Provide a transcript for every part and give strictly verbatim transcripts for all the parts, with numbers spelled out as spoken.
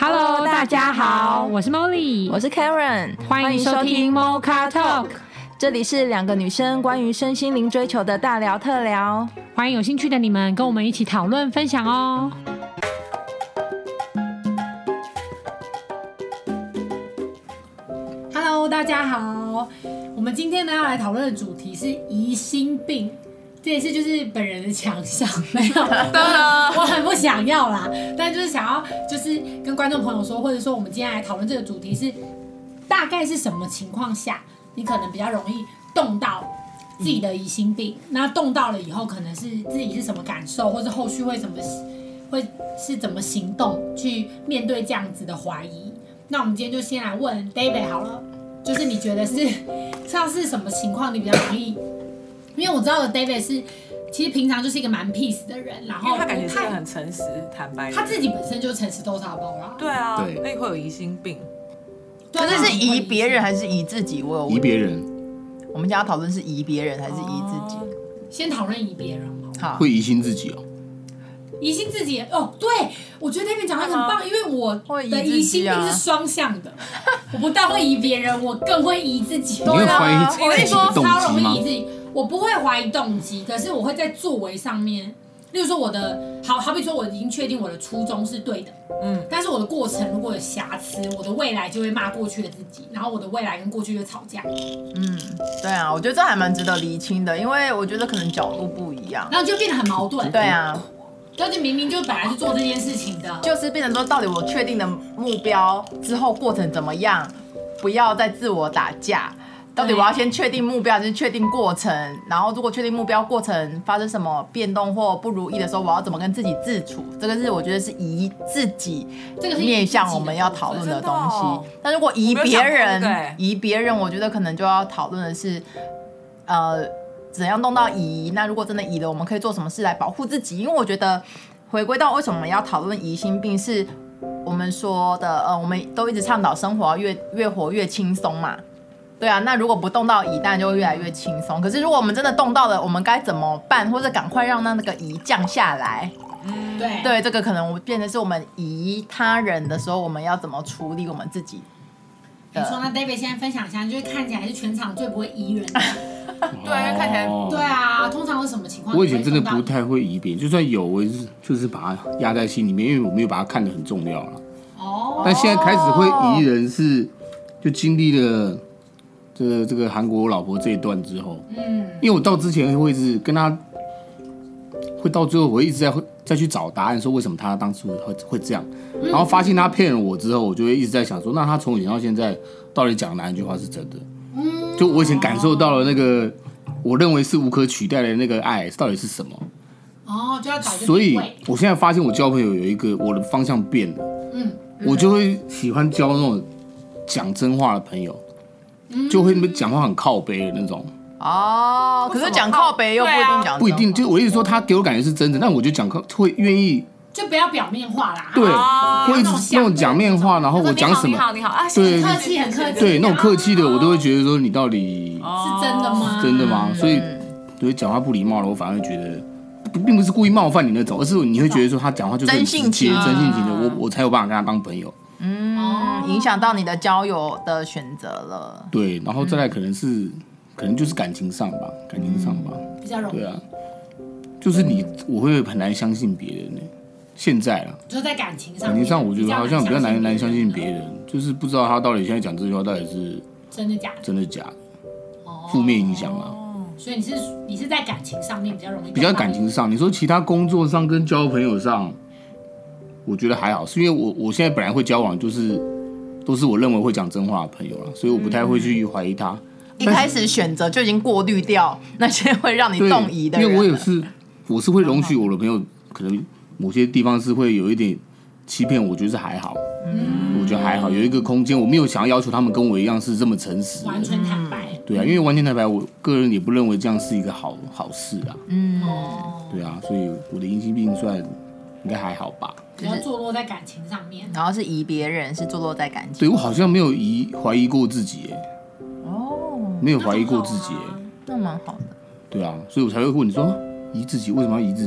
Hello， 大家好，我是 Molly， 我是 Karen， 欢迎收听 Mocha Talk， 这里是两个女生关于身心灵追求的大聊特聊， 欢迎有兴趣的你们跟我们一起讨论分享哦。Hello， 大家好，我们今天呢要来讨论的主题是疑心病。这也是就是本人的强项，没有，我很不想要啦，但就是想要就是跟观众朋友说，或者说我们今天来讨论这个主题是大概是什么情况下你可能比较容易动到自己的疑心病，那动到了以后可能是自己是什么感受，或是后续会怎么会是怎么行动去面对这样子的怀疑。那我们今天就先来问 David 好了，就是你觉得是像是什么情况你比较容易？因为我知道的 David 是，其实平常就是一个蛮 peace 的人，然后他感觉是一个很诚实、坦白的人， 他自己本身就是诚实豆沙包啦。 对啊，那你会有疑心病。 可是是疑别人还是疑自己？我有疑别人。 我们想要讨论是疑别人还是疑自己？哦、 先讨论疑别人好。 会疑心自己哦。 疑心自己哦，对，我觉得 David 讲的很棒，因为我的疑心病是双向的，我不但会疑别人，我更会疑自己。 你会怀疑自己我跟你说， 动超容机吗？ 易疑自己。我不会怀疑动机，可是我会在作为上面，例如说我的好好比说我已经确定我的初衷是对的，嗯，但是我的过程如果有瑕疵，我的未来就会骂过去的自己，然后我的未来跟过去就吵架。 嗯，对啊，我觉得这还蛮值得厘清的，因为我觉得可能角度不一样， 然后就变得很矛盾。 对啊， 就是明明就本来是做这件事情的， 就是变成说到底我确定的目标之后过程怎么样，不要再自我打架。到底我要先确定目标还是确定过程？然后如果确定目标过程发生什么变动或不如意的时候，我要怎么跟自己自处？这个是我觉得是疑自己面向我们要讨论的东西。哦、但如果疑别人，疑别人，我觉得可能就要讨论的是，呃，怎样动到疑？那如果真的疑了，我们可以做什么事来保护自己？因为我觉得回归到为什么我们要讨论疑心病，是我们说的，呃，我们都一直倡导生活要越越活越轻松嘛。对啊，那如果不动到疑，当然就会越来越轻松。可是如果我们真的动到了，我们该怎么办？或者赶快让那个疑降下来？ 嗯，对， 对，这个可能我变成是我们疑他人的时候，我们要怎么处理我们自己？ 你说那 David 现在分享一下，就是看起来是全场最不会疑人的。 对，看起来对啊，通常是什么情况？ 我以前真的不太会疑别人，就算有，我也是就是把它压在心里面，因为我没有把它看得很重要了。哦。但现在开始会疑人是，就经历了。这个这个韩国我老婆这一段之后，嗯，因为我到之前会一直跟他，会到最后我会一直在再去找答案，说为什么他当初会会这样，然后发现他骗了我之后，我就会一直在想说，那他从以前到现在到底讲哪一句话是真的？嗯，就我以前感受到了那个我认为是无可取代的那个爱到底是什么？ 哦，就要找一个定位。 所以我现在发现我交朋友有一个我的方向变了，嗯，我就会喜欢交那种讲真话的朋友。就会讲话很靠北的那种哦，可是讲靠北又不一定讲， 不一定。就我意思说，他给我感觉是真的，但我就讲靠会愿意， 就不要表面化啦。 对，会一直那种讲面话，然后我讲什么， 你好，你好啊， 对，客气很客气， 对，那种客气的，我都会觉得说你到底是真的吗？ 真的吗？所以对讲话不礼貌了，我反而觉得并不是故意冒犯你那种，而是你会觉得说他讲话就是真性情、 真性情的，我我才有办法跟他当朋友。 嗯，影响到你的交友的选择了。 对，然后再来可能是，嗯、可能就是感情上吧，感情上吧， 比较容易。 对啊，就是你，我会很难相信别人呢。现在啦， 就是在感情上， 感情上我觉得好像比较难难相信别人，就是不知道他到底现在讲这句话到底是真的假的， 真的假的，哦，负面影响啊。 所以你是你是在感情上面比较容易， 比较感情上，你说其他工作上跟交朋友上。我觉得还好，是因为我我现在本来会交往，就是都是我认为会讲真话的朋友啦，所以我不太会去怀疑他。 一开始选择就已经过滤掉那些会让你动疑的人， 因为我也是，我是会容许我的朋友可能某些地方是会有一点欺骗，我觉得是还好，嗯，我觉得还好，有一个空间，我没有想要要求他们跟我一样是这么诚实， 完全坦白。 对啊，因为完全坦白，我个人也不认为这样是一个好好事啊。嗯，对啊，所以我的疑心病算应该还好吧。 比较坐落在感情上面， 然后是疑别人，是坐落在感情。 对，我好像没有疑怀疑过自己耶。哦，没有怀疑过自己耶， 那蛮好的。 对啊，所以我才会问你说疑自己为什么要疑自己？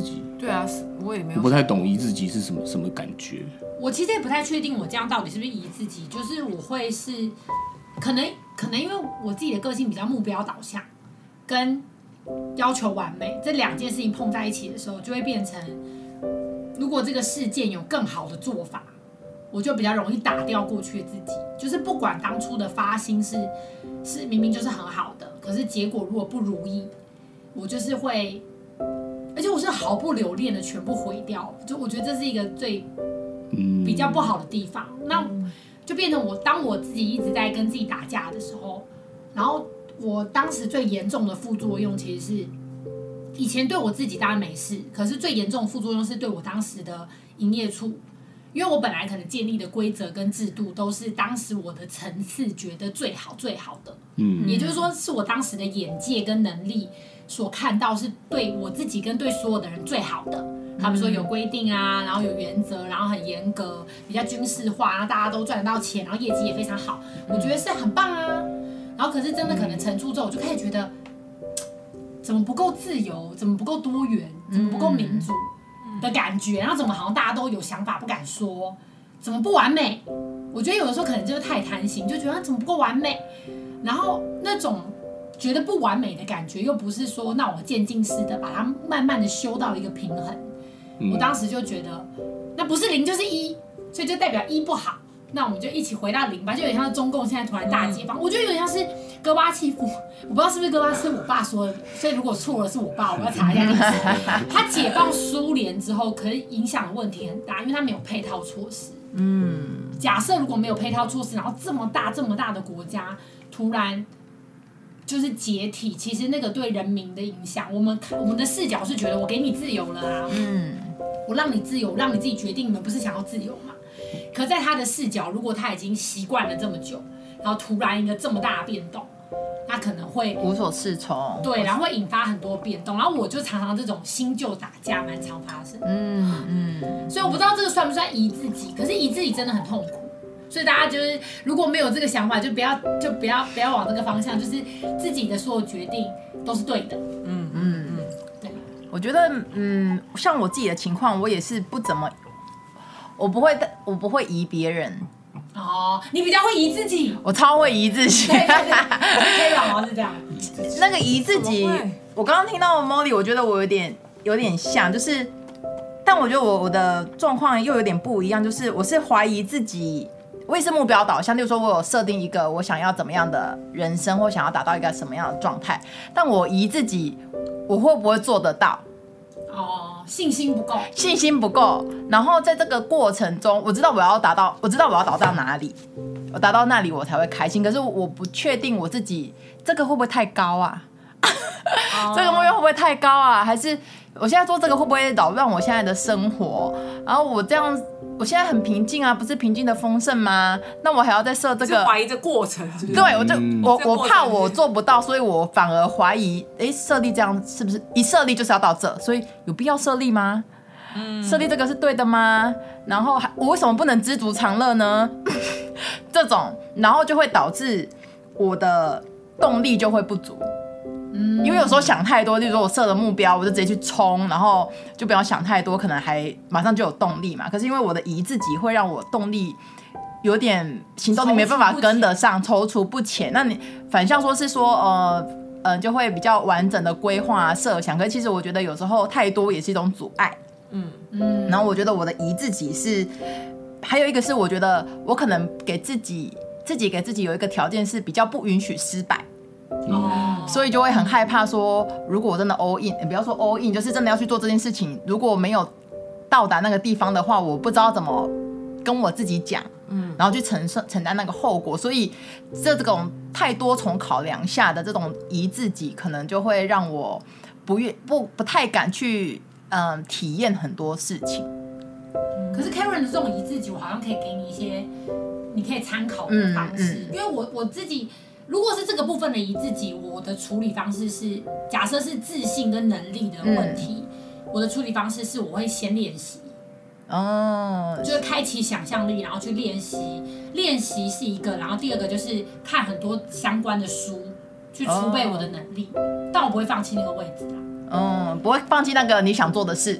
对啊，我也没有。 我不太懂疑自己是什么什么感觉。 我其实也不太确定我这样到底是不是疑自己，就是我会是可能可能因为我自己的个性比较目标导向，跟要求完美这两件事情碰在一起的时候，就会变成如果这个事件有更好的做法，我就比较容易打掉过去的自己。就是不管当初的发心是是明明就是很好的，可是结果如果不如意，我就是会，而且我是毫不留恋的全部毁掉。就我觉得这是一个最比较不好的地方。那就变成我当我自己一直在跟自己打架的时候，然后我当时最严重的副作用其实是，以前对我自己当然没事，可是最严重的副作用是对我当时的营业处。因为我本来可能建立的规则跟制度都是当时我的层次觉得最好最好的，嗯，也就是说是我当时的眼界跟能力所看到是对我自己跟对所有的人最好的。他们说有规定啊，然后有原则，然后很严格，比较军事化，然后大家都赚得到钱，然后业绩也非常好，我觉得是很棒啊。然后可是真的可能层出之后，我就开始觉得怎么不够自由，怎么不够多元，怎么不够民主的感觉，然后怎么好像大家都有想法不敢说，怎么不完美？我觉得有的时候可能就是太贪心，就觉得怎么不够完美，然后那种觉得不完美的感觉，又不是说那我渐进式的把它慢慢的修到一个平衡。嗯、我当时就觉得那不是零就是一，所以就代表一不好，那我们就一起回到零吧，就有点像中共现在突然大解放，嗯、我觉得有点像是戈巴契夫，我不知道是不是戈巴是我爸说的，所以如果错了是我爸，我要查一下历史。他解放苏联之后，可是影响的问题很大，因为他没有配套措施。嗯，假设如果没有配套措施，然后这么大这么大的国家突然就是解体，其实那个对人民的影响，我们我们的视角是觉得我给你自由了啊，嗯，我让你自由，让你自己决定，你们不是想要自由吗？可在他的视角，如果他已经习惯了这么久，然后突然一个这么大的变动，他可能会无所适从， 对，然后会引发很多变动，然后我就常常这种新旧打架蛮常发生，嗯嗯，所以我不知道这个算不算疑自己，可是疑自己真的很痛苦。所以大家就是如果没有这个想法，就不要就不要不要往这个方向，就是自己的所有决定都是对的。嗯嗯嗯，对。我觉得嗯，像我自己的情况，我也是不怎么，我不会我不会疑别人。 哦，你比较会疑自己。 我超会疑自己。 对对对，可以老王是这样。 那个疑自己，我刚刚听到 Molly， 我觉得我有点有点像，就是，但我觉得我我的状况又有点不一样，就是我是怀疑自己。我也是目标导向，例如说我有设定一个我想要怎么样的人生，或想要达到一个什么样的状态，但我疑自己我会不会做得到。 哦，信心不够， 信心不够。然后在这个过程中，我知道我要达到，我知道我要达到哪里，我达到那里我才会开心。可是我不确定我自己这个会不会太高啊？哦、这个目标会不会太高啊？还是我现在做这个会不会扰乱我现在的生活？然后我这样。我现在很平静啊，不是平静的丰盛吗？那我还要再设这个， 怀疑这过程是不是？ 对，我就我我怕我做不到，所以我反而怀疑，哎，设立这样是不是一设立就是要到这？所以有必要设立吗？嗯，设立这个是对的吗？然后我为什么不能知足常乐呢？这种，然后就会导致我的动力就会不足。因为有时候想太多，例如说我设了目标，我就直接去冲，然后就不要想太多，可能还马上就有动力嘛。可是因为我的疑自己会让我动力有点行动力没办法跟得上，踌躇不前。那你反向说是说，呃呃，就会比较完整的规划设想。可是其实我觉得有时候太多也是一种阻碍。嗯嗯。然后我觉得我的疑自己是，还有一个是我觉得我可能给自己自己给自己有一个条件是比较不允许失败。哦，所以就会很害怕说，如果我真的 all in， 也不要说 all in， 就是真的要去做这件事情，如果没有到达那个地方的话，我不知道怎么跟我自己讲，嗯，然后去承受承担那个后果，所以这种太多重考量下的这种疑自己，可能就会让我不愿不不太敢去嗯体验很多事情。 可是 Karen 的这种疑自己，我好像可以给你一些你可以参考的方式，嗯嗯、因为我我自己。如果是这个部分的疑自己，我的处理方式是，假设是自信跟能力的问题，嗯、我的处理方式是我会先练习，哦，就是开启想象力，然后去练习。练习是一个，然后第二个就是看很多相关的书，去储备我的能力，哦、但我不会放弃那个位置啦。 嗯，不会放弃那个你想做的事。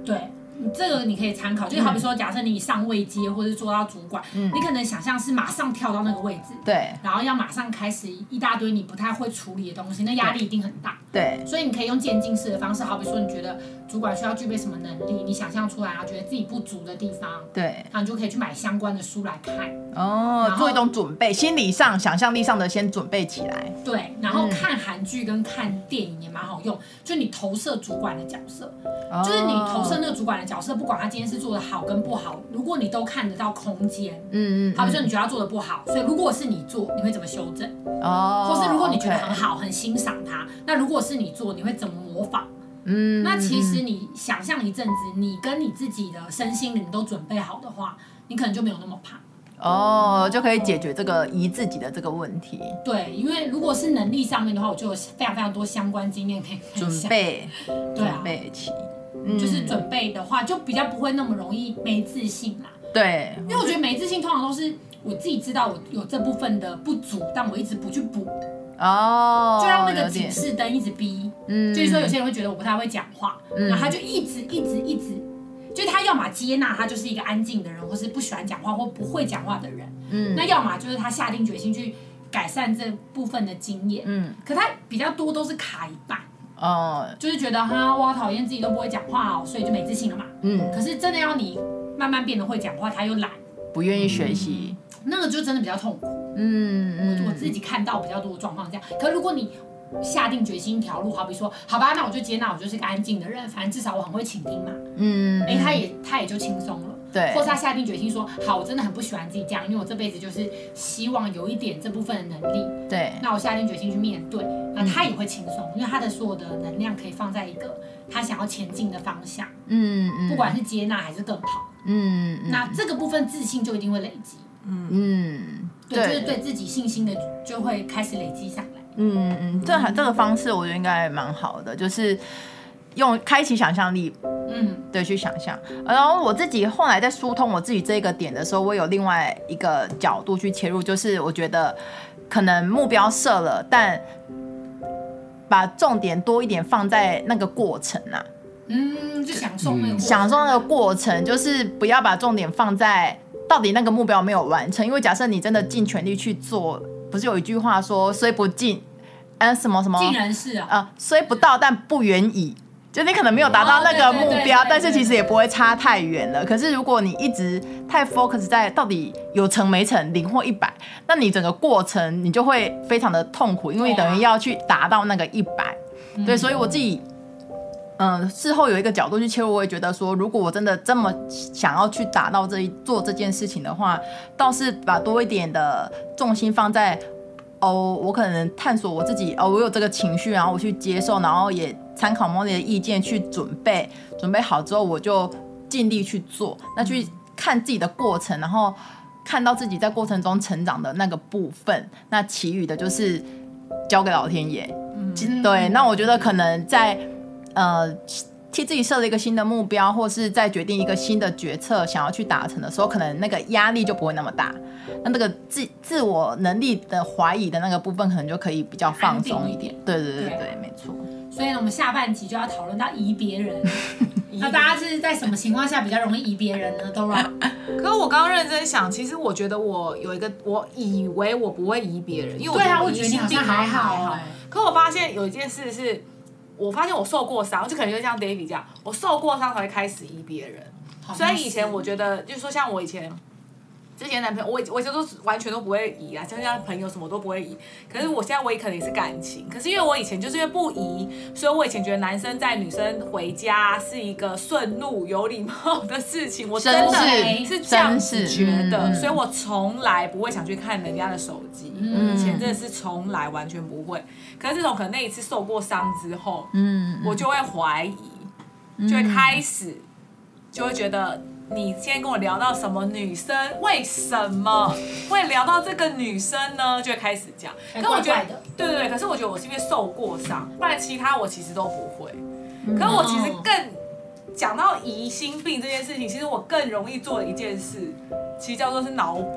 对。这个你可以参考，就是好比说，假设你上位阶或者做到主管，嗯、你可能想象是马上跳到那个位置， 对， 然后要马上开始一大堆你不太会处理的东西，那压力一定很大， 对， 所以你可以用渐进式的方式，好比说你觉得主管需要具备什么能力，你想象出来，然后觉得自己不足的地方， 对， 然后你就可以去买相关的书来看， 哦，做一种准备，心理上、想象力上的先准备起来， 对，然后看韩剧跟看电影也蛮好用，就你投射主管的角色。就是你投射那个主管的角色，不管他今天是做的好跟不好，如果你都看得到空间，嗯嗯，好比说你觉得他做的不好，所以如果是你做，你会怎么修正？哦，或是如果你觉得很好， okay. 很欣赏他，那如果是你做，你会怎么模仿？嗯，那其实你想象一阵子，你跟你自己的身心灵都准备好的话，你可能就没有那么怕。 哦，就可以解决这个疑自己的这个问题。 对，因为如果是能力上面的话，我就有非常非常多相关经验可以分享。 准备， 对啊， 准备起。 就是准备的话，就比较不会那么容易没自信啦。 对， 因为我觉得没自信通常都是我自己知道我有这部分的不足，但我一直不去补。哦，就让那个警示灯一直逼。嗯，就是说有些人会觉得我不太会讲话，嗯、然后他就一直一直一直，就是他要么接纳他就是一个安静的人，或是不喜欢讲话或不会讲话的人。嗯，那要么就是他下定决心去改善这部分的经验。嗯，可他比较多都是卡一半。哦，就是觉得哈，我好讨厌自己都不会讲话哦，所以就没自信了嘛。嗯，可是真的要你慢慢变得会讲话，他又懒， 不愿意学习、 嗯，那个就真的比较痛苦。嗯嗯，我我自己看到比较多的状况这样。可是如果你下定决心一条路，好比说，好吧，那我就接纳我就是个安静的人，反正至少我很会倾听嘛。嗯，哎、欸，他也他也就轻松了。 对， 或是他下定决心说，好，我真的很不喜欢自己这样，因为我这辈子就是希望有一点这部分的能力。对，那我下定决心去面对，那他也会轻松，因为他的所有的能量可以放在一个他想要前进的方向。嗯嗯，不管是接纳还是更好。嗯嗯，那这个部分自信就一定会累积。嗯嗯，对，就是对自己信心的就会开始累积上来。 嗯嗯，这这个方式我觉得应该蛮好的，就是用开启想象力。嗯，对，去想象。然后我自己后来在疏通我自己这个点的时候，我有另外一个角度去切入，就是我觉得可能目标设了，但把重点多一点放在那个过程啊。 嗯，就享受那个过程、嗯、 享受那个过程，就是不要把重点放在到底那个目标没有完成，因为假设你真的尽全力去做，不是有一句话说虽不尽，呃什么什么尽人事啊， 呃虽不到但不远矣。就你可能没有达到那个目标，但是其实也不会差太远了。可是如果你一直太 focus 在到底有成没成，零或一百，那你整个过程你就会非常的痛苦，因为你等于要去达到那个一百。对，所以我自己，嗯、呃，事后有一个角度去切入，我也觉得说，如果我真的这么想要去达到这一做这件事情的话，倒是把多一点的重心放在。哦，我可能探索我自己，哦，我有这个情绪，然后我去接受，然后也参考 Molly 的意见去准备，准备好之后我就尽力去做，那去看自己的过程，然后看到自己在过程中成长的那个部分，那其余的就是交给老天爷。嗯，对，那我觉得可能在呃替自己设了一个新的目标，或是在决定一个新的决策想要去达成的时候，可能那个压力就不会那么大，那那个自自我能力的怀疑的那个部分可能就可以比较放松一点。对对对 对, 对，没错。 所以呢，我们下半集就要讨论到疑别人。那大家是在什么情况下比较容易疑别人呢 ？Dora？ 可是我刚刚认真想，其实我觉得我有一个，我以为我不会疑别人，因为我觉得我疑心病还好。还好可我发现有一件事是。我发现我受过伤，就可能就像 David 这样，我受过伤才会开始疑别人。所以以前我觉得，就是说像我以前之前男朋友，我我以前都完全都不会疑啊，像像朋友什么都不会疑。可是我现在我也可能也是感情，可是因为我以前就是因为不疑，所以我以前觉得男生载女生回家是一个顺路有礼貌的事情，我真的是这样子觉得，嗯、所以我从来不会想去看人家的手机。嗯、以前真的是从来完全不会。可是自从可能那一次受过伤之后，嗯，我就会怀疑，就会开始，就会觉得你今天跟我聊到什么女生，为什么会聊到这个女生呢？就会开始讲。可我觉得，对对对，可是我觉得我是因为受过伤，不然其他我其实都不会。可是我其实更讲到疑心病这件事情，其实我更容易做的一件事，其实叫做是脑补。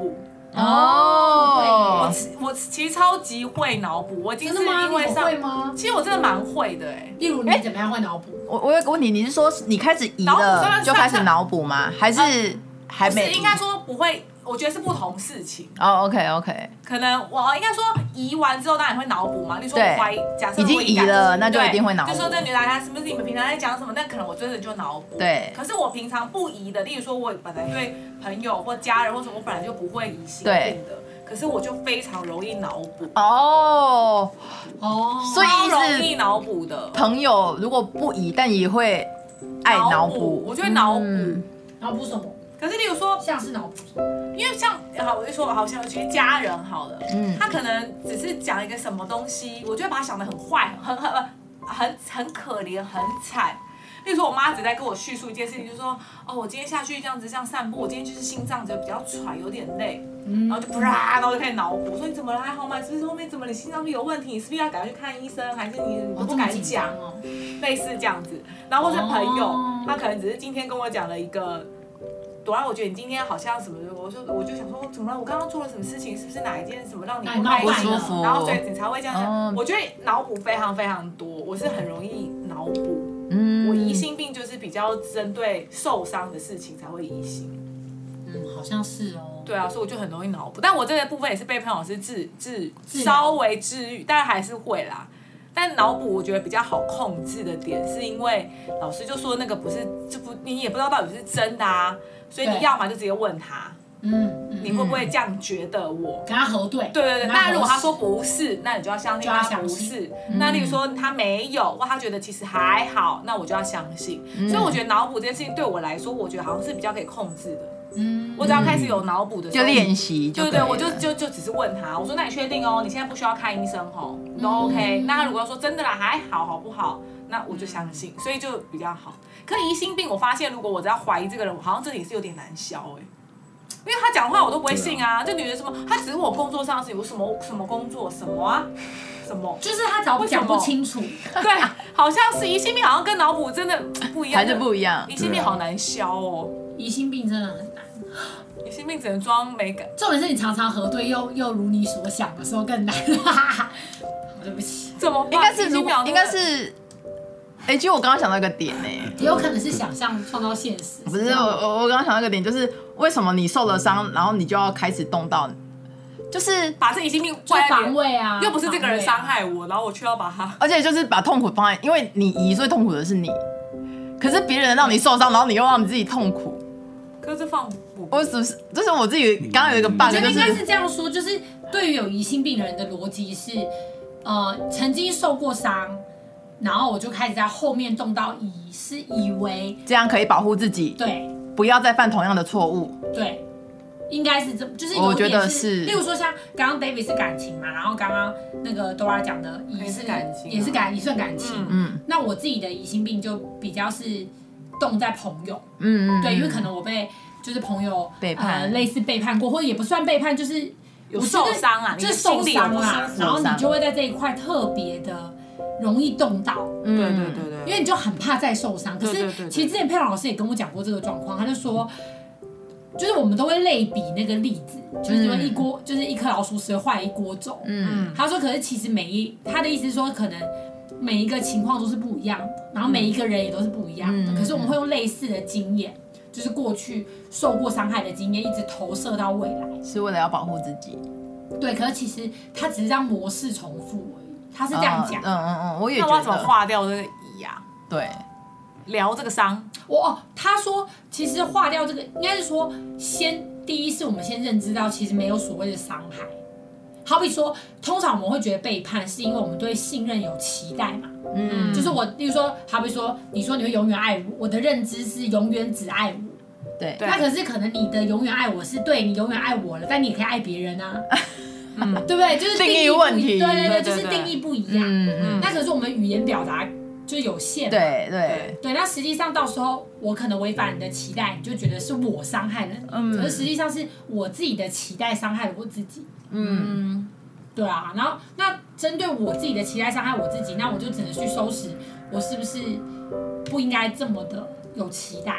哦，我我其实超级会脑补，我已经是因为上， 会吗？ 其实我真的蛮会的哎。 例如你怎么样会脑补？ 我我有个问题，你是说你开始移了就开始脑补吗？还是还没？ 应该说不会。我觉得是不同事情哦、oh, ，OK OK， 可能我应该说移完之后当然会脑补嘛，例如说我怀疑，假设已经移了，那就一定会脑补。 就说这女的她是不是你们平常在讲什么？那可能我真的就脑补。 对。 可是我平常不移的，例如说我本来对朋友或家人或什么，我本来就不会疑心病的，可是我就非常容易脑补。 哦哦， 所以超容易脑补的。 朋友如果不移，但也会爱脑补， 我就会脑补。 脑补什么？ 可是，例如说， 像是脑补， 因为像好，我就说，好像其实家人好了，嗯，他可能只是讲一个什么东西，我就会把他想得很坏，很很很很可怜，很惨。例如说，我妈只在跟我叙述一件事情，就说，哦，我今天下去这样子这样散步，我今天就是心脏就比较喘，有点累，嗯、然后就啪，然后就开始脑补，说你怎么了？还好吗？是不是后面怎么你心脏病有问题？你是不是要赶快去看医生？还是你你都不敢讲？哦，类似这样子。然后或是朋友，哦、他可能只是今天跟我讲了一个。朵拉，我觉得你今天好像什么，我说我就想说，怎么了？我刚刚做了什么事情？是不是哪一件什么让你不开心？然后所以你才会这样。哦、我觉得脑补非常非常多，我是很容易脑补。嗯，我疑心病就是比较针对受伤的事情才会疑心。 嗯，好像是哦。 对啊，所以我就很容易脑补。但我这个部分也是被潘老师治治稍微治愈，但还是会啦。但脑补我觉得比较好控制的点，是因为老师就说那个不是，就不你也不知道到底是真的啊，所以你要嘛就直接问他，嗯，你会不会这样觉得我？ 跟他核对。 对对对，那如果他说不是，那你就要相信他不是。那例如说他没有，或他觉得其实还好，那我就要相信。所以我觉得脑补这件事情对我来说，我觉得好像是比较可以控制的。嗯，我只要开始有脑补的时候， 就练习， 对对，我就就就只是问他，我说那你确定哦？你现在不需要看医生哦，都 OK。那他如果要说真的啦，还好，好不好？那我就相信，所以就比较好。可疑心病，我发现如果我只要怀疑这个人，好像这里是有点难消哎，因为他讲话我都不会信啊。这女的什么，他只是我工作上的事情，我什么什么工作什么啊？什么？ 就是他讲讲不清楚。 对，好像是疑心病，好像跟脑补真的不一样， 还是不一样。 疑心病好难消哦， 疑心病真的很难。 疑心病只能装美感， 重点是你常常核对又又如你所想的时候更难。对不起， 怎么办？ 应该是如应该是，哎、欸，其实我刚刚想到一个点呢、欸， 也有可能是想象创造现实。 不是我我我刚刚想到一个点，就是为什么你受了伤，然后你就要开始动到，就是把这疑心病防卫啊， 又不是这个人伤害我，然后我却要把他， 而且就是把痛苦放在，因为你疑，所以痛苦的是你，可是别人让你受伤，然后你又让你自己痛苦。 可是放我是不是？就是我自己刚刚有一个 bug， 就是应该是这样说，就是对于有疑心病的人的逻辑是，呃，曾经受过伤，然后我就开始在后面动到疑，是以为这样可以保护自己， 对， 不要再犯同样的错误， 对，应该是这，就是有我觉点得是， 例如说像刚刚 David 是感情嘛，然后刚刚那个 Dora 讲的疑是感情， 也是感，也算感情，嗯，那我自己的疑心病就比较是动在朋友，嗯嗯，对，因为可能我被就是朋友背叛、 呃，类似背叛过，或者也不算背叛，就是有受伤啊， 就是受伤啦，然后你就会在这一块特别的容易动到， 对对对对， 因为你就很怕再受伤。可是其实之前佩蓉老师也跟我讲过这个状况，他就说，就是我们都会类比那个例子，就是说一锅、嗯、就是一颗老鼠屎坏一锅粥。嗯，他说，可是其实每一他的意思是说，可能每一个情况都是不一样的，然后每一个人也都是不一样的。嗯、可是我们会用类似的经验。就是过去受过伤害的经验，一直投射到未来， 是为了要保护自己。 对，可是其实他只是让模式重复而已，他是这样讲。 嗯嗯嗯，我也觉得。 那我要怎么化掉这个疑啊？ 对， 疗这个伤。 我哦，他说其实化掉这个，应该是说先第一是我们先认知到，其实没有所谓的伤害。好比说，通常我们会觉得背叛，是因为我们对信任有期待嘛。嗯，就是我，例如说，好比说，你说你会永远爱我，我的认知是永远只爱我。 对， 那可是可能你的永远爱我是对你永远爱我了，但你也可以爱别人啊，嗯，对不对？就是定义问题， 对对对，就是定义不一样。嗯嗯。那可是我们语言表达就有限嘛。 对对对，那实际上到时候我可能违反你的期待，你就觉得是我伤害了你，嗯，可是实际上是我自己的期待伤害了我自己。嗯。对啊，然后那针对我自己的期待伤害我自己，那我就只能去收拾我是不是不应该这么的有期待。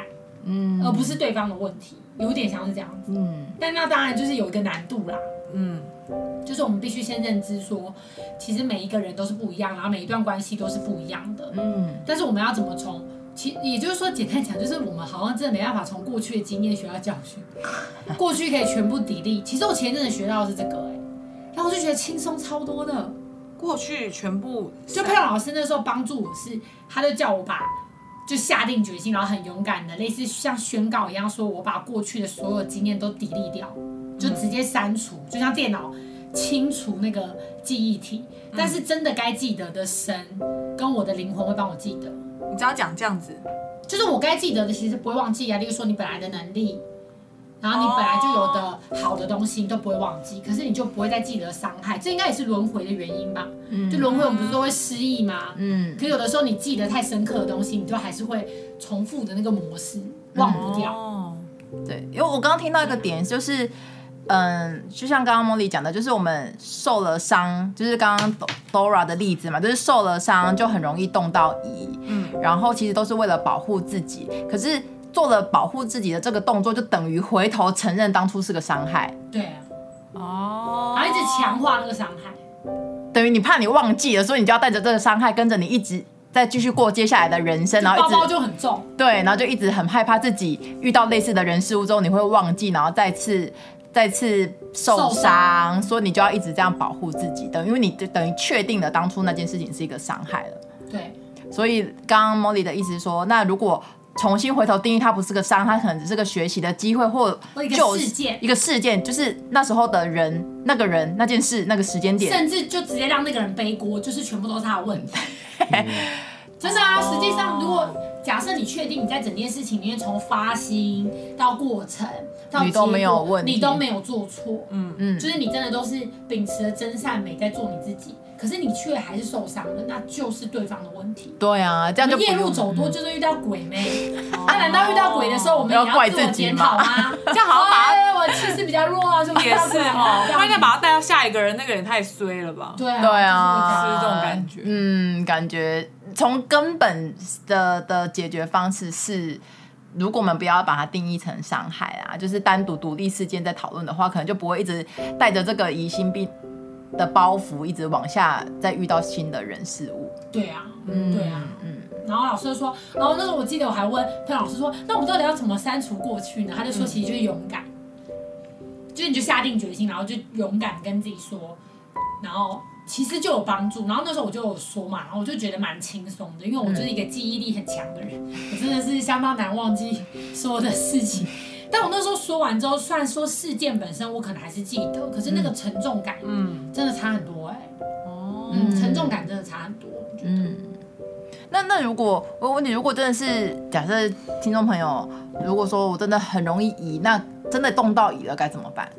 嗯，而不是对方的问题，有点像是这样子。嗯，但那当然就是有一个难度啦。嗯，就是我们必须先认知说，其实每一个人都是不一样，然后每一段关系都是不一样的。嗯，但是我们要怎么从，其也就是说，简单讲，就是我们好像真的没办法从过去的经验学到教训，过去可以全部砥砺。其实我前阵子学到的是这个、欸，哎，然后我就觉得轻松超多的。 过去全部就佩蓉老师那时候帮助我是，他就叫我把就下定决心，然后很勇敢的，类似像宣告一样，说我把过去的所有经验都砥砺掉，就直接删除，就像电脑清除那个记忆体。但是真的该记得的神跟我的灵魂会帮我记得。 你只要讲这样子， 就是我该记得的其实不会忘记啊，例如说你本来的能力。然后你本来就有的好的东西，你都不会忘记，可是你就不会再记得伤害，这应该也是轮回的原因吧？嗯，就轮回我们不是都会失忆吗？嗯，可有的时候你记得太深刻的东西，你就还是会重复的那个模式，忘不掉。哦， 对，因为我刚刚听到一个点，就是，嗯，就像刚刚茉莉讲的，就是我们受了伤，就是刚刚 Dora 的例子嘛，就是受了伤就很容易动到疑，嗯，然后其实都是为了保护自己，可是。做了保护自己的这个动作，就等于回头承认当初是个伤害。 对啊，哦，然后一直强化那个伤害， 等于你怕你忘记了，所以你就要带着这个伤害跟着你一直再继续过接下来的人生，然后一直包包就很重， 对，然后就一直很害怕自己遇到类似的人事物之后你会忘记，然后再次再次受伤，所以你就要一直这样保护自己，等于因为你等于确定了当初那件事情是一个伤害了。 对， 所以刚刚 Molly 的意思是说，那如果重新回头定义它不是个伤，它可能只是个学习的机会，或一个事件， 一个事件，就是那时候的人、那个人、那件事、那个时间点， 甚至就直接让那个人背锅，就是全部都是他的问题。真的啊，实际上如果假设你确定你在整件事情里面从发心到过程到结果， 你都没有问题， 你都没有做错，嗯嗯，就是你真的都是秉持了真善美在做你自己。可是你却还是受伤了，那就是对方的问题。 对啊，这样就夜路走多就是遇到鬼咩？那难道遇到鬼的时候我们也要自我检讨吗？ 这样好像把他我气势比较弱啊，是不是？ 也是哦，他应该把他带到下一个人，那个人太衰了吧？ 对啊， 对啊， 就是这种感觉。 嗯，感觉从根本的的解决方式是。如果我们不要把它定义成伤害啊，就是单独独立事件在讨论的话，可能就不会一直带着这个疑心病的包袱，一直往下再遇到新的人事物。 对啊，嗯，对啊，嗯。然后老师就说，然后那时候我记得我还问佩老师说，那我们到底要怎么删除过去呢？他就说，其实就是勇敢，嗯、就是你就下定决心，然后就勇敢跟自己说，然后。其实就有帮助，然后那时候我就有说嘛，然后我就觉得蛮轻松的，因为我就是一个记忆力很强的人，我真的是相当难忘记所有的事情。但我那时候说完之后，虽然说事件本身我可能还是记得，可是那个沉重感，嗯，真的差很多哎、欸。哦，嗯，沉重感真的差很多，我觉得。嗯、 那那如果我问你，如果真的是假设听众朋友，如果说我真的很容易疑，那真的动到疑了该怎么办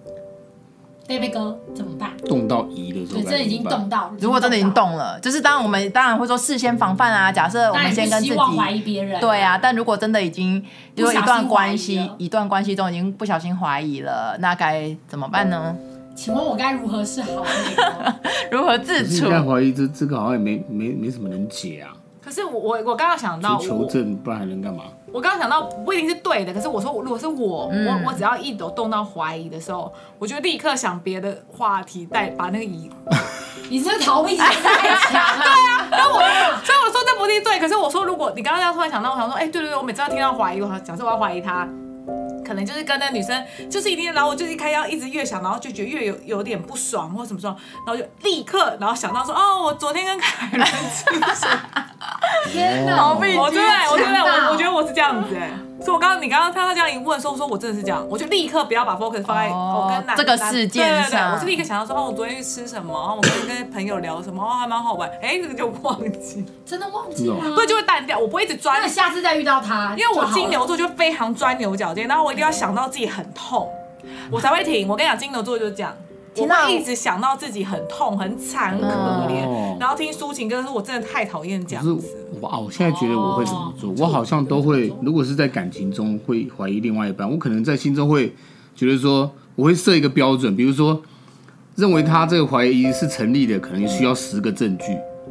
？David 哥怎么办？ 动到疑的时候， 对，这已经动到了。 如果真的已经动了，就是当然我们当然会说事先防范啊。假设我们先跟自己， 希望怀疑别人、啊。 对啊，但如果真的已经，如果一段关系，一段关系中已经不小心怀疑了，那该怎么办呢？ 请问我该如何是好呢？ 如何自处？ 现在怀疑这这个好像也没没没什么能解啊。 可是我我我刚刚想到求证，不然还能干嘛？ 我刚刚想到不一定是对的，可是我说如果是我，嗯、我我只要一有动到怀疑的时候，我就立刻想别的话题带把那个疑。 你是逃避心太强啊！ 对啊，然后我所以我说这不一定对，可是我说如果你刚刚这样突然想到，我想说，哎、欸，对对对，我每次要听到怀疑，我假设我要怀疑他。可能就是跟那个女生，就是一定，然后我就一开始要一直越想，然后就觉得越有有点不爽或什么时候，然后就立刻，然后想到说，哦，我昨天跟凯伦吃什么？ 天哪！ 逃避机，我对，我对，我我觉得我是这样子哎、欸，所以我刚刚你刚刚看他这样一问的时候，说我真的是这样，我就立刻不要把 focus 放在我跟男这个事件上， 对对对，我是立刻想到说，哦，我昨天去吃什么，然后我跟跟朋友聊什么，哦，还蛮好玩，哎，这个就忘记， 真的忘记吗？ 不是就会淡掉，我不会一直钻。 那下次再遇到他， 因为我金牛座就非常钻牛角尖，然后我一定要想到自己很痛，我才会停。我跟你讲，金牛座就是这样。我会一直想到自己很痛、很惨、很可怜，哦、然后听抒情歌说，我真的太讨厌这样子。 哇，我现在觉得我会怎么做？哦、我好像都会，如果是在感情中会怀疑另外一半，我可能在心中会觉得说，我会设一个标准，比如说认为他这个怀疑是成立的，可能需要十个证据。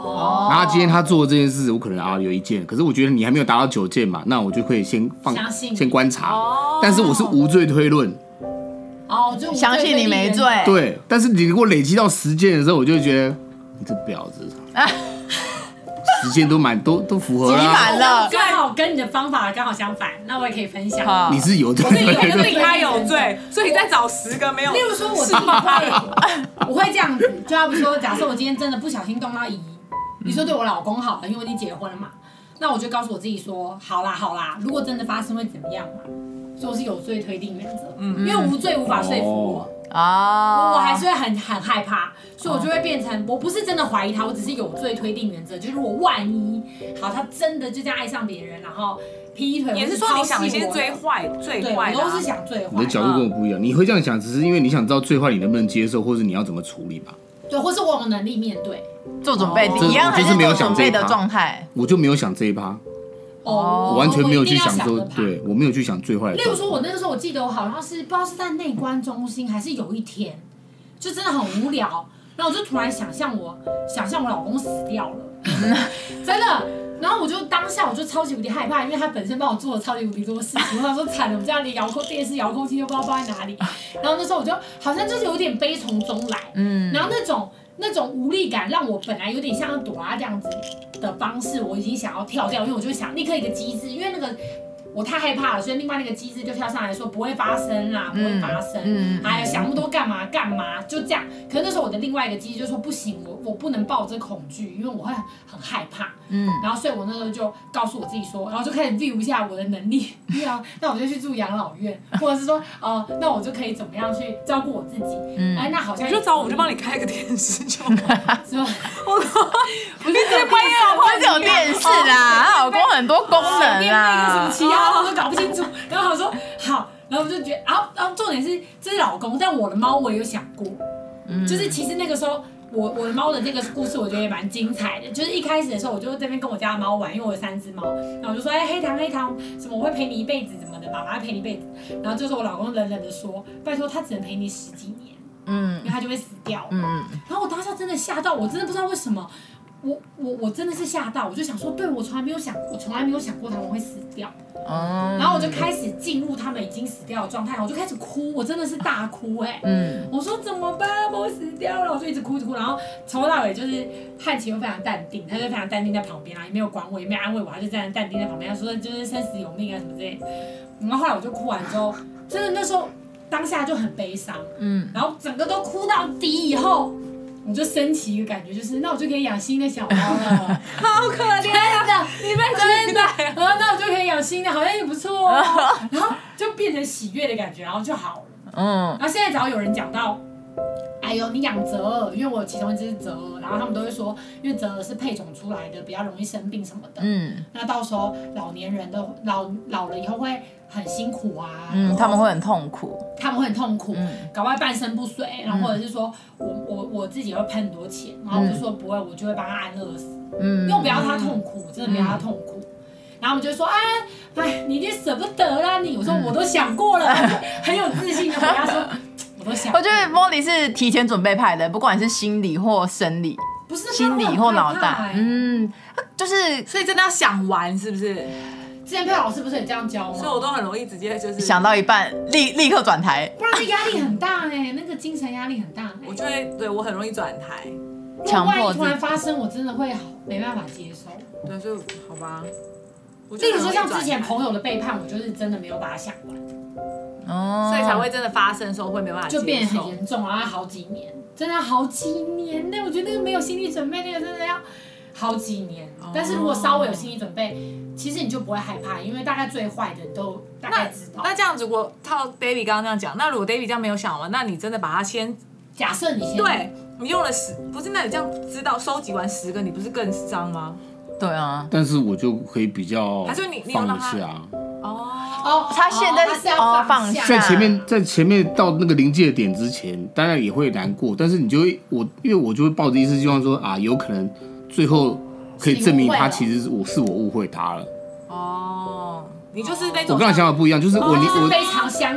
哦， 然后今天他做这件事，我可能啊有一件，可是我觉得你还没有达到九件嘛，那我就可以先放，先观察。哦，但是我是无罪推论。 哦，就相信你没罪。 对，但是你如果累积到十件的时候，我就会觉得你这婊子。时间都满都都符合啦， 集满了， 刚好跟你的方法刚好相反，那我也可以分享。 你是有罪， 我是有罪，他有罪，所以你再找十个没有。 例如说，我自己会，我会这样子，就要不说，假设我今天真的不小心动到姨，你说对我老公好了，因为我已经结婚了嘛，那我就告诉我自己说，好啦好啦，如果真的发生会怎么样嘛？所以我是有罪推定原则，因为无罪无法说服我。啊，我还是会很很害怕，所以我就会变成我不是真的怀疑他，我只是有罪推定原则，就是如果万一好他真的就这样爱上别人，然后劈腿， 也是说你想先最坏最坏的， 我都是想最坏。 你的角度跟我不一样，你会这样想，只是因为你想知道最坏你能不能接受，或者你要怎么处理吧？ 对，或是我有能力面对， 做准备，一样还是做准备的状态。 我就没有想这一趴。哦，我完全没有去想说，对我没有去想最坏的。 例如说，我那个时候我记得我好像是不知道是在内观中心，还是有一天，就真的很无聊，然后我就突然想象我想象我老公死掉了，真的。然后我就当下我就超级无敌害怕，因为他本身帮我做了超级无敌多事情，我想说惨了，我们家连遥控电视、遥控器都不知道放在哪里。然后那时候我就好像就是有点悲从中来，嗯，然后那种。那种无力感让我本来有点像朵拉这样子的方式，我已经想要跳掉，因为我就想立刻一个机制，因为那个我太害怕了，所以另外那个机制就跳上来说不会发生啦，不会发生，嗯，哎呀想那么多干嘛干嘛，就这样。可是那时候我的另外一个机制就说不行，我我不能抱这恐惧，因为我会很害怕，嗯，然后所以我那时候就告诉我自己说，然后就开始 view 一下我的能力，对啊，那我就去住养老院，或者是说，呃，那我就可以怎么样去照顾我自己，嗯，哎，那好像你就找我，我就帮你开个电视就好， 是吧？ 我不是这关键老公只有电视啦，她老公很多功能啦， 什么我都搞不清楚，然后我说好，然后我就觉得，然后然后重点是这是老公，但我的猫我也有想过，嗯，就是其实那个时候我我的猫的这个故事我觉得也蛮精彩的，就是一开始的时候我就在那边跟我家的猫玩，因为我有三只猫，然后我就说哎黑糖黑糖什么我会陪你一辈子怎么的，妈妈会陪你一辈子，然后就是我老公冷冷的说，拜托他只能陪你十几年，嗯，因为他就会死掉，嗯，然后我当下真的吓到，我真的不知道为什么。我我我真的是吓到，我就想说，对我从来没有想，我从来没有想过他们会死掉。嗯，然后我就开始进入他们已经死掉的状态，我就开始哭，我真的是大哭哎、欸。嗯，我说怎么办？我死掉了，我就一直哭一直哭，然后从头到尾就是汉琦又非常淡定，他就非常淡定在旁边啊，也没有管我，也没有安慰我，他就这样淡定在旁边，他说就是生死有命啊什么之类的。然后后来我就哭完之后，真的那时候当下就很悲伤，嗯，然后整个都哭到底以后。我就升起一个感觉，就是那我就可以养新的小猫了， 好可怜啊！ 你被真的，然后那我就可以养新的，好像也不错哦。然后就变成喜悦的感觉，然后就好了。嗯。然后现在只要有人讲到，哎呦你养折耳，因为我其中一只是折耳，然后他们都会说，因为折耳是配种出来的，比较容易生病什么的。嗯。那到时候老年人的老老了以后会。很辛苦啊， 嗯，他们会很痛苦， 他们会很痛苦，嗯、搞外半身不遂，然后或者是说我我我自己会喷很多钱，然后我就说不会，我就会帮他安乐死，嗯，因为我不要他痛苦，真的不要他痛苦。然后我们就说，哎哎，你一定舍不得啦你，我说我都想过了，很有自信的回答说，我都想过了。 我觉得莫莉是提前准备派的，不管是心理或生理， 不是心理或脑袋，嗯，就是所以真的要想玩，是不是？ 之前佩老师不是也这样教吗？ 所以我都很容易直接就是想到一半立立刻转台， 不然那压力很大哎、欸，那个精神压力很大、欸。 我就会对我很容易转台， 如果万一突然发生，我真的会没办法接受。 对，所以好吧。 例如说像之前朋友的背叛，我就是真的没有把它想完， 哦，所以才会真的发生的时候会没办法接受， 就变得很严重，然后好几年，真的好几年。那我觉得那个没有心理准备，那个真的要。好几年，但是如果稍微有心理准备，其实你就不会害怕，因为大概最坏的你都大概知道。 那, 那这样子，如果套 David 刚刚这样讲，那如果 David 这样没有想完，那你真的把它先假设你先对你用了十，不是？那你这样知道收集完十个，你不是更伤吗？ 对啊， 但是我就可以比较还是你你放得下。 哦哦， 他现在是要放下， 在前面在前面到那个临界点之前，当然也会难过，但是你就会我因为我就会抱着一丝希望说啊，有可能。最后可以证明他其实是我是我误会他了。 哦，你就是那种我跟他想法不一样，就是我你我非常相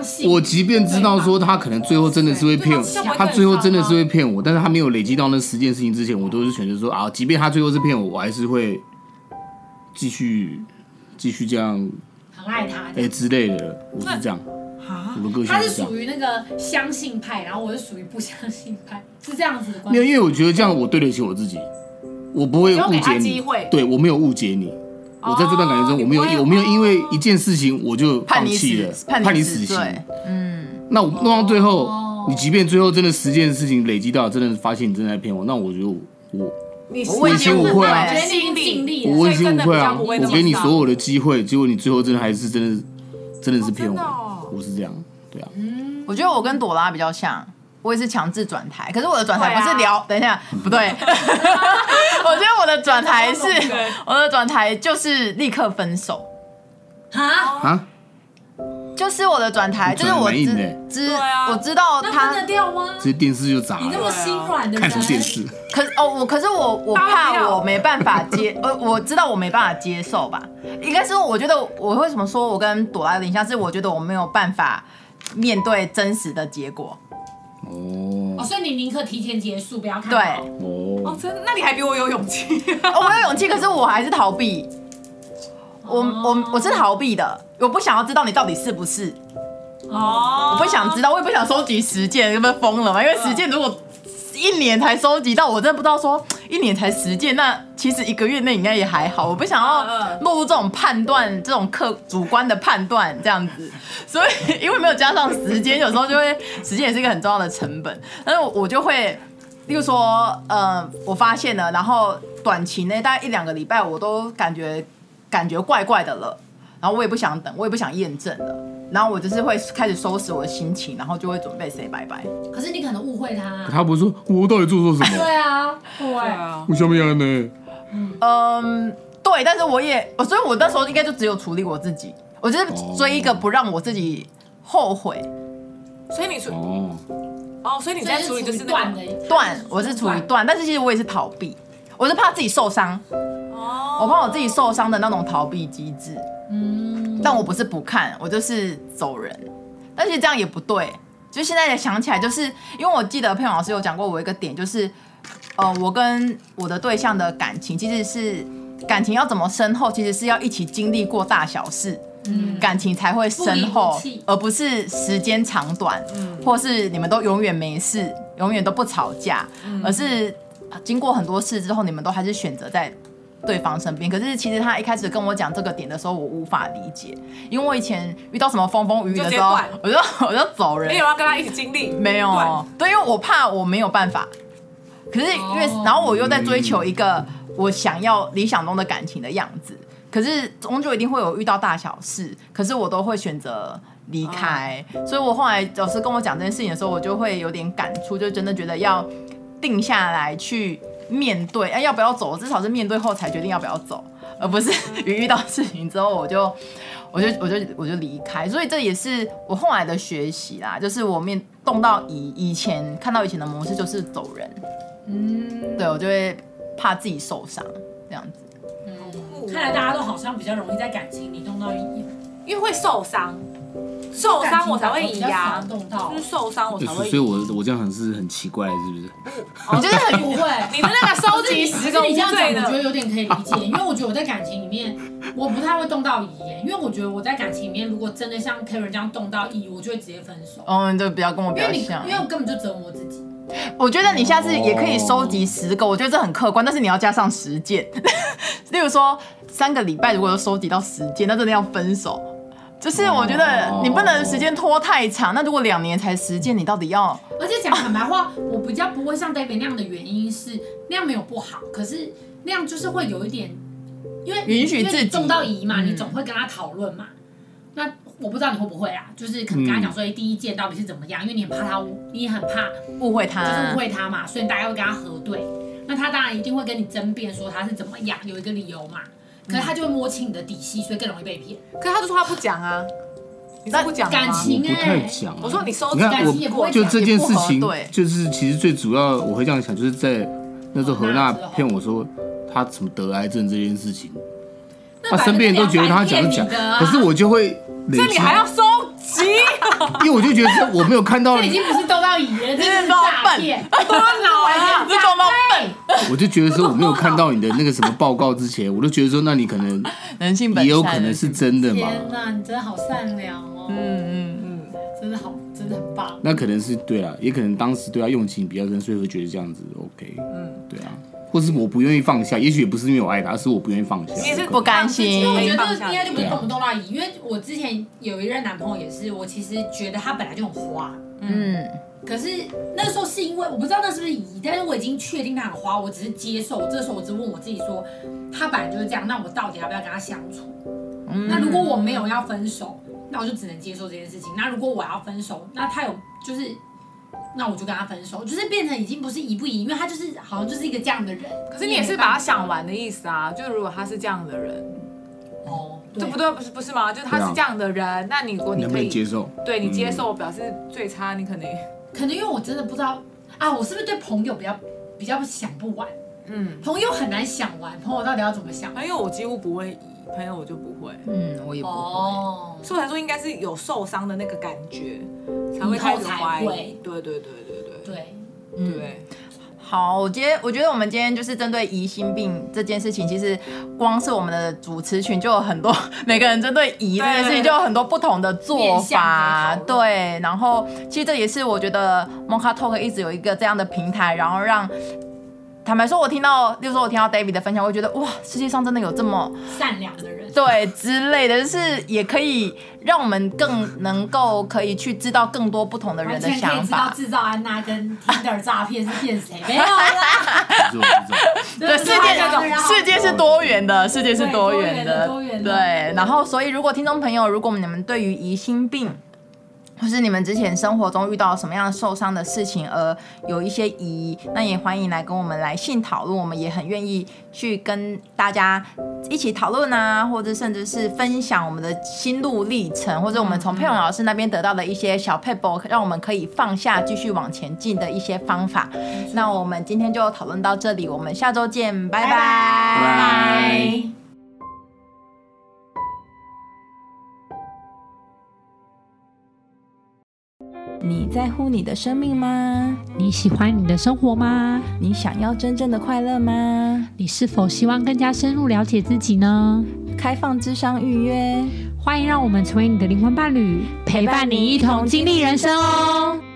信。 我即便知道说他可能最后真的是会骗我，他最后真的是会骗我，但是他没有累积到那十件事情之前，我都是选择说啊，即便他最后是骗我，我还是会继续继续这样， 很爱他， 哎、欸、之类的，我是这样。我的个性他是属于那个相信派，然后我是属于不相信派，是这样子的关系。 没有，因为我觉得这样我对得起我自己，我不会误解你。对，我没有误解你。哦、我在这段感情中，我没有，我没有因为一件事情我就放弃了，判你死刑。嗯，那我弄到最后，哦、你即便最后真的十件事情累积到，真的发现你真的在骗我，那我觉得我我我问心无愧啊，我问心无愧啊，我给你所有的机会，结果你最后真的还是真的真的是骗我，哦、我是这样。对啊， 嗯，我觉得我跟朵拉比较像，我也是强制转台，可是我的转台不是聊，啊、等一下，不对，我觉得我的转台是，我的转台就是立刻分手， 啊， 就是我的转台，就是我知知、啊、我知道他分得掉吗？ 这电视就砸了， 你那么心软的人， 看什么电视？ 可哦，我可是我我怕我没办法接，呃，我知道我没办法接受吧，应该是我觉得我为什么说我跟朵拉有点像是，我觉得我没有办法面对真实的结果。 哦， 哦，所以你宁可提前结束，不要看。 对， 哦，哦，真的？那你还比我有勇气。 哦、我有勇气，可是我还是逃避。我我我是逃避的，我不想要知道你到底是不是。哦，我不想知道，我也不想收集十件，有没有疯了嘛？因为十件如果一年才收集到，我真的不知道说一年才十件，那其实一个月内应该也还好。我不想要落入这种判断，这种客主观的判断这样子，所以因为没有加上时间，有时候就会时间也是一个很重要的成本。但是我就会，例如说，呃，我发现了，然后短期内大概一两个礼拜，我都感觉感觉怪怪的了，然后我也不想等，我也不想验证了。然后我就是会开始收拾我的心情，然后就会准备 say 拜拜。 可是你可能误会他、啊， 他不是说我到底做错什么？ 对啊，对啊， 为什么样呢？ 嗯，对，但是我也，所以我那时候应该就只有处理我自己，我就是追一个不让我自己后悔。 哦、所以你处哦哦，所以你在处理就是断的断，我是处于断，但是其实我也是逃避，我是怕自己受伤。哦，我怕我自己受伤的那种逃避机制。嗯。但我不是不看，我就是走人，但是这样也不对。就现在想起来，就是因为我记得佩蓉老师有讲过我一个点，就是呃，我跟我的对象的感情，其实是感情要怎么深厚，其实是要一起经历过大小事，嗯，感情才会深厚，而不是时间长短，嗯，或是你们都永远没事，永远都不吵架，嗯，而是经过很多事之后，你们都还是选择在对方身边。可是其实他一开始跟我讲这个点的时候，我无法理解，因为我以前遇到什么风风雨雨的时候，我就我就走人。 没有要跟他一起经历？ 没有，对，因为我怕我没有办法。可是因为，然后我又在追求一个我想要理想中的感情的样子，可是终究一定会有遇到大小事，可是我都会选择离开。所以我后来老师跟我讲这件事情的时候，我就会有点感触，就真的觉得要定下来去面对，哎，要不要走？至少是面对后才决定要不要走，而不是遇到事情之后我就我就我就我就离开。所以这也是我后来的学习啦，就是我面动到以以前看到以前的模式就是走人，嗯，对我就会怕自己受伤这样子。 嗯，看来大家都好像比较容易在感情里动到一， 因为会受伤。受伤我才会移呀，就是受伤我才会移。 所以我我这样很是很奇怪，是不是？ 我觉得很不会。 你的那个收集十个无罪的， 我觉得有点可以理解，因为我觉得我在感情里面，我不太会动到移耶，因为我觉得我在感情里面，如果真的像 Karen 这样动到移，我就会直接分手。 哦，你就不要跟我比较像， 因为我根本就折磨自己。 我觉得你下次也可以收集十个，我觉得这很客观，但是你要加上十件。例如说三个礼拜如果收集到十件，那真的要分手。就是我觉得你不能时间拖太长，那如果两年才实践，你到底要？ 而且讲坦白话，我比较不会像 David 那样的原因是那样没有不好，可是那样就是会有一点，因为允许自己动到移嘛，你总会跟他讨论嘛。那我不知道你会不会啊，就是可能跟他讲说，哎、嗯，第一件到底是怎么样？因为你很怕他，你也很怕误会他， 就是误会他嘛，所以大家会跟他核对。那他当然一定会跟你争辩说他是怎么样，有一个理由嘛。可是他就会摸清你的底细，所以更容易被骗。 可是他就说他不讲啊，你是不讲感情哎、 欸，不太讲、啊。 我说你收集感情也不会讲，就这件事情，就是其实最主要我会这样想，就是在那时候何娜骗我说他什么得癌症这件事情，他身边人都觉得他讲是讲，可是我就会累积。 这里还要收集， 因为我就觉得是我没有看到， 这已经不是动到乙了，这是诈骗， 多脑啊， 这动到笨。 我就觉得说我没有看到你的那个什么报告之前，我就觉得说那你可能人性本善， 也有可能是真的嘛。 天哪，你真的好善良哦。嗯嗯嗯，真的好，真的很棒。 那可能是对啦，也可能当时对他用情比较深，所以会觉得这样子 OK。嗯，对啊。或是我不愿意放下，也许也不是因为我爱他，是我不愿意放下， 你是不甘心。 因为我觉得应该就不是动不动到乙，因为我之前有一任男朋友也是，我其实觉得他本来就很花，嗯，可是那个时候是因为我不知道那是不是乙，但是我已经确定他很花，我只是接受。这时候我只问我自己说，他本来就是这样，那我到底要不要跟他相处？嗯、那如果我没有要分手，那我就只能接受这件事情。那如果我要分手，那他有就是。那我就跟他分手，就是变成已经不是疑不疑，因为他就是好像就是一个这样的人。 可是你也是把他想完的意思啊，就如果他是这样的人， 哦， 对不对？不是不是吗？就是他是这样的人，啊、那你如果你可以能不能接受， 对你接受表示最差，你可能可能因为我真的不知道啊，我是不是对朋友比较比较想不完？嗯，朋友很难想完，朋友到底要怎么想？ 朋友我几乎不会疑，朋友我就不会， 嗯，我也不会。哦， 所以我才说应该是有受伤的那个感觉。才会开始怀疑，对对对对对对，嗯，对。 好，我觉得我觉得我们今天就是针对疑心病这件事情，其实光是我们的主持群就有很多，每个人针对疑这件事情就有很多不同的做法，对。然后其实这也是我觉得 Mocha Talk 一直有一个这样的平台，然后让。坦白说，我听到，例如说我听到 David 的分享，我会觉得哇，世界上真的有这么善良的人， 对之类的，就是也可以让我们更能够可以去知道更多不同的人的想法。 可以知道制造安娜跟 Tinder 诈骗是骗谁？没有啦， 对，世界世界是多元的，世界是多元的， 多元的， 对。然后，所以如果听众朋友，如果你们对于疑心病，或是你们之前生活中遇到什么样受伤的事情而有一些疑，那也欢迎来跟我们来信讨论，我们也很愿意去跟大家一起讨论啊，或者甚至是分享我们的心路历程，或者我们从佩蓉老师那边得到的一些小撇步，让我们可以放下继续往前进的一些方法。那我们今天就讨论到这里，我们下周见，拜拜。拜拜。 你在乎你的生命吗？ 你喜欢你的生活吗？ 你想要真正的快乐吗？ 你是否希望更加深入了解自己呢？ 开放諮商預約， 歡迎讓我們成為你的靈魂伴侶，陪伴你一同經歷人生哦。